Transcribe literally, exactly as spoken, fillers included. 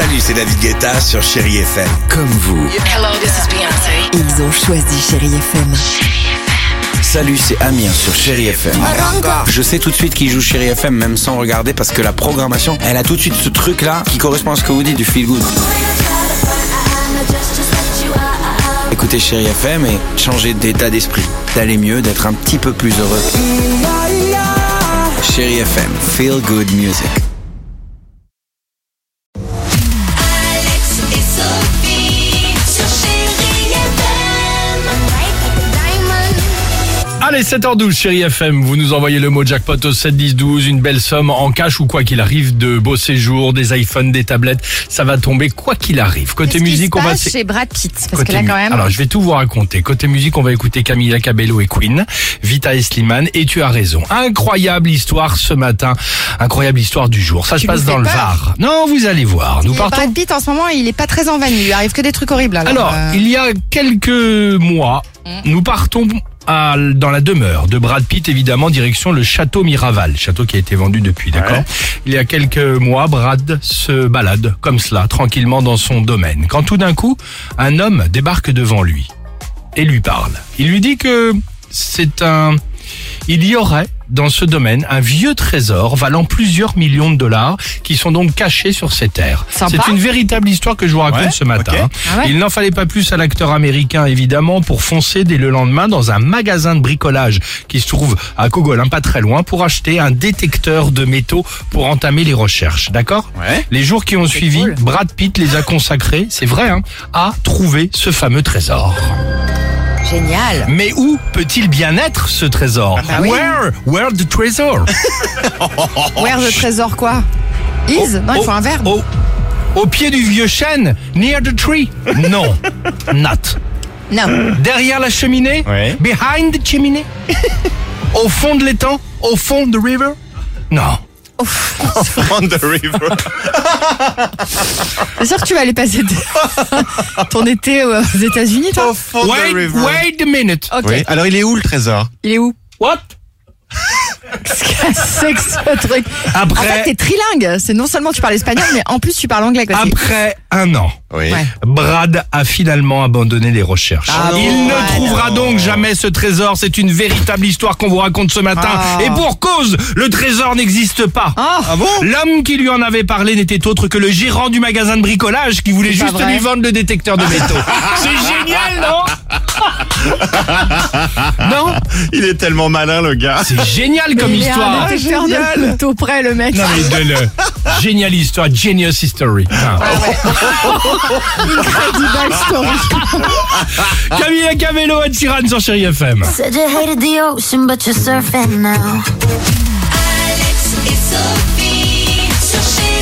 Salut, c'est David Guetta sur Chérie F M. Comme vous. Hello, this is Beyoncé. Ils ont choisi Chérie F M. Salut, c'est Amir sur Chérie F M. Je sais tout de suite qui joue Chérie F M, même sans regarder, parce que la programmation, elle a tout de suite ce truc-là qui correspond à ce que vous dites du feel good. Écoutez Chérie F M et changez d'état d'esprit, d'aller mieux, d'être un petit peu plus heureux. Chérie F M, feel good music. Allez, sept heures douze, Chérie F M, vous nous envoyez le mot jackpot au sept dix douze, une belle somme en cash ou quoi qu'il arrive, de beaux séjours, des iPhones, des tablettes, ça va tomber quoi qu'il arrive. Côté Qu'est-ce musique, qui se on va... passe chez Brad Pitt, parce Côté que là mu- quand même... Alors, je vais tout vous raconter. Côté musique, on va écouter Camila Cabello et Queen, Vita et Slimane, et tu as raison. Incroyable histoire ce matin, incroyable histoire du jour. Ça Tu se passe nous dans fais le peur. Var. Non, vous allez voir. Nous Et partons... Brad Pitt en ce moment, il est pas très envanu, il arrive que des trucs horribles. Alors, Alors, euh, il y a quelques mois, nous partons à, dans la demeure de Brad Pitt, évidemment, direction le château Miraval, château qui a été vendu depuis, d'accord ? Ouais. Il y a quelques mois, Brad se balade comme cela, tranquillement dans son domaine, quand tout d'un coup, un homme débarque devant lui et lui parle. Il lui dit que c'est un... Il y aurait dans ce domaine un vieux trésor valant plusieurs millions de dollars qui sont donc cachés sur ces terres. Sympa. C'est une véritable histoire que je vous raconte Ouais, ce matin. ok. hein. Ah ouais. Il n'en fallait pas plus à l'acteur américain, évidemment, pour foncer dès le lendemain dans un magasin de bricolage qui se trouve à Cogolin, pas très loin, pour acheter un détecteur de métaux pour entamer les recherches. D'accord ? Ouais. Les jours qui ont suivi, cool. Brad Pitt les a consacrés, c'est vrai, hein, à trouver ce fameux trésor. génial. Mais où peut-il bien être, ce trésor ? bah oui. Where ? Where the treasure ? Where the trésor quoi Is Non, il faut un verbe. Au, au pied du vieux chêne, near the tree. Non, not. Non. Derrière la cheminée, Ouais. behind the chimney. Au fond de l'étang, au fond de river. Non. On the river. C'est sûr que tu vas aller passer de- ton été aux États-Unis, toi Au fond de Wait, river. wait a minute. Ok. Oui. Alors il est où le trésor? Il est où What? Qu'est-ce que c'est que ce truc Après- En fait, t'es trilingue. C'est non seulement tu parles espagnol, mais en plus tu parles anglais. Quoi. C'est- Après un an, Oui. Ouais. Brad a finalement abandonné les recherches. Ah Il bon, ne ouais, trouvera donc jamais ce trésor. C'est une véritable histoire qu'on vous raconte ce matin. Ah. Et pour cause, le trésor n'existe pas. Ah. Ah bon? L'homme qui lui en avait parlé n'était autre que le gérant du magasin de bricolage qui voulait C'est pas juste vrai. lui vendre le détecteur de métaux. C'est génial, non? Non? Il est tellement malin le gars. C'est génial comme Il est histoire. un détecteur de Génial. métaux près, le mec. Non mais de le... Géniale histoire, genius history. Ah. Incredible story. Camila Cabello et Tiran sur Chérie F M. Said you hated the ocean, but you're surfing now. Alex et Sophie sur Chérie.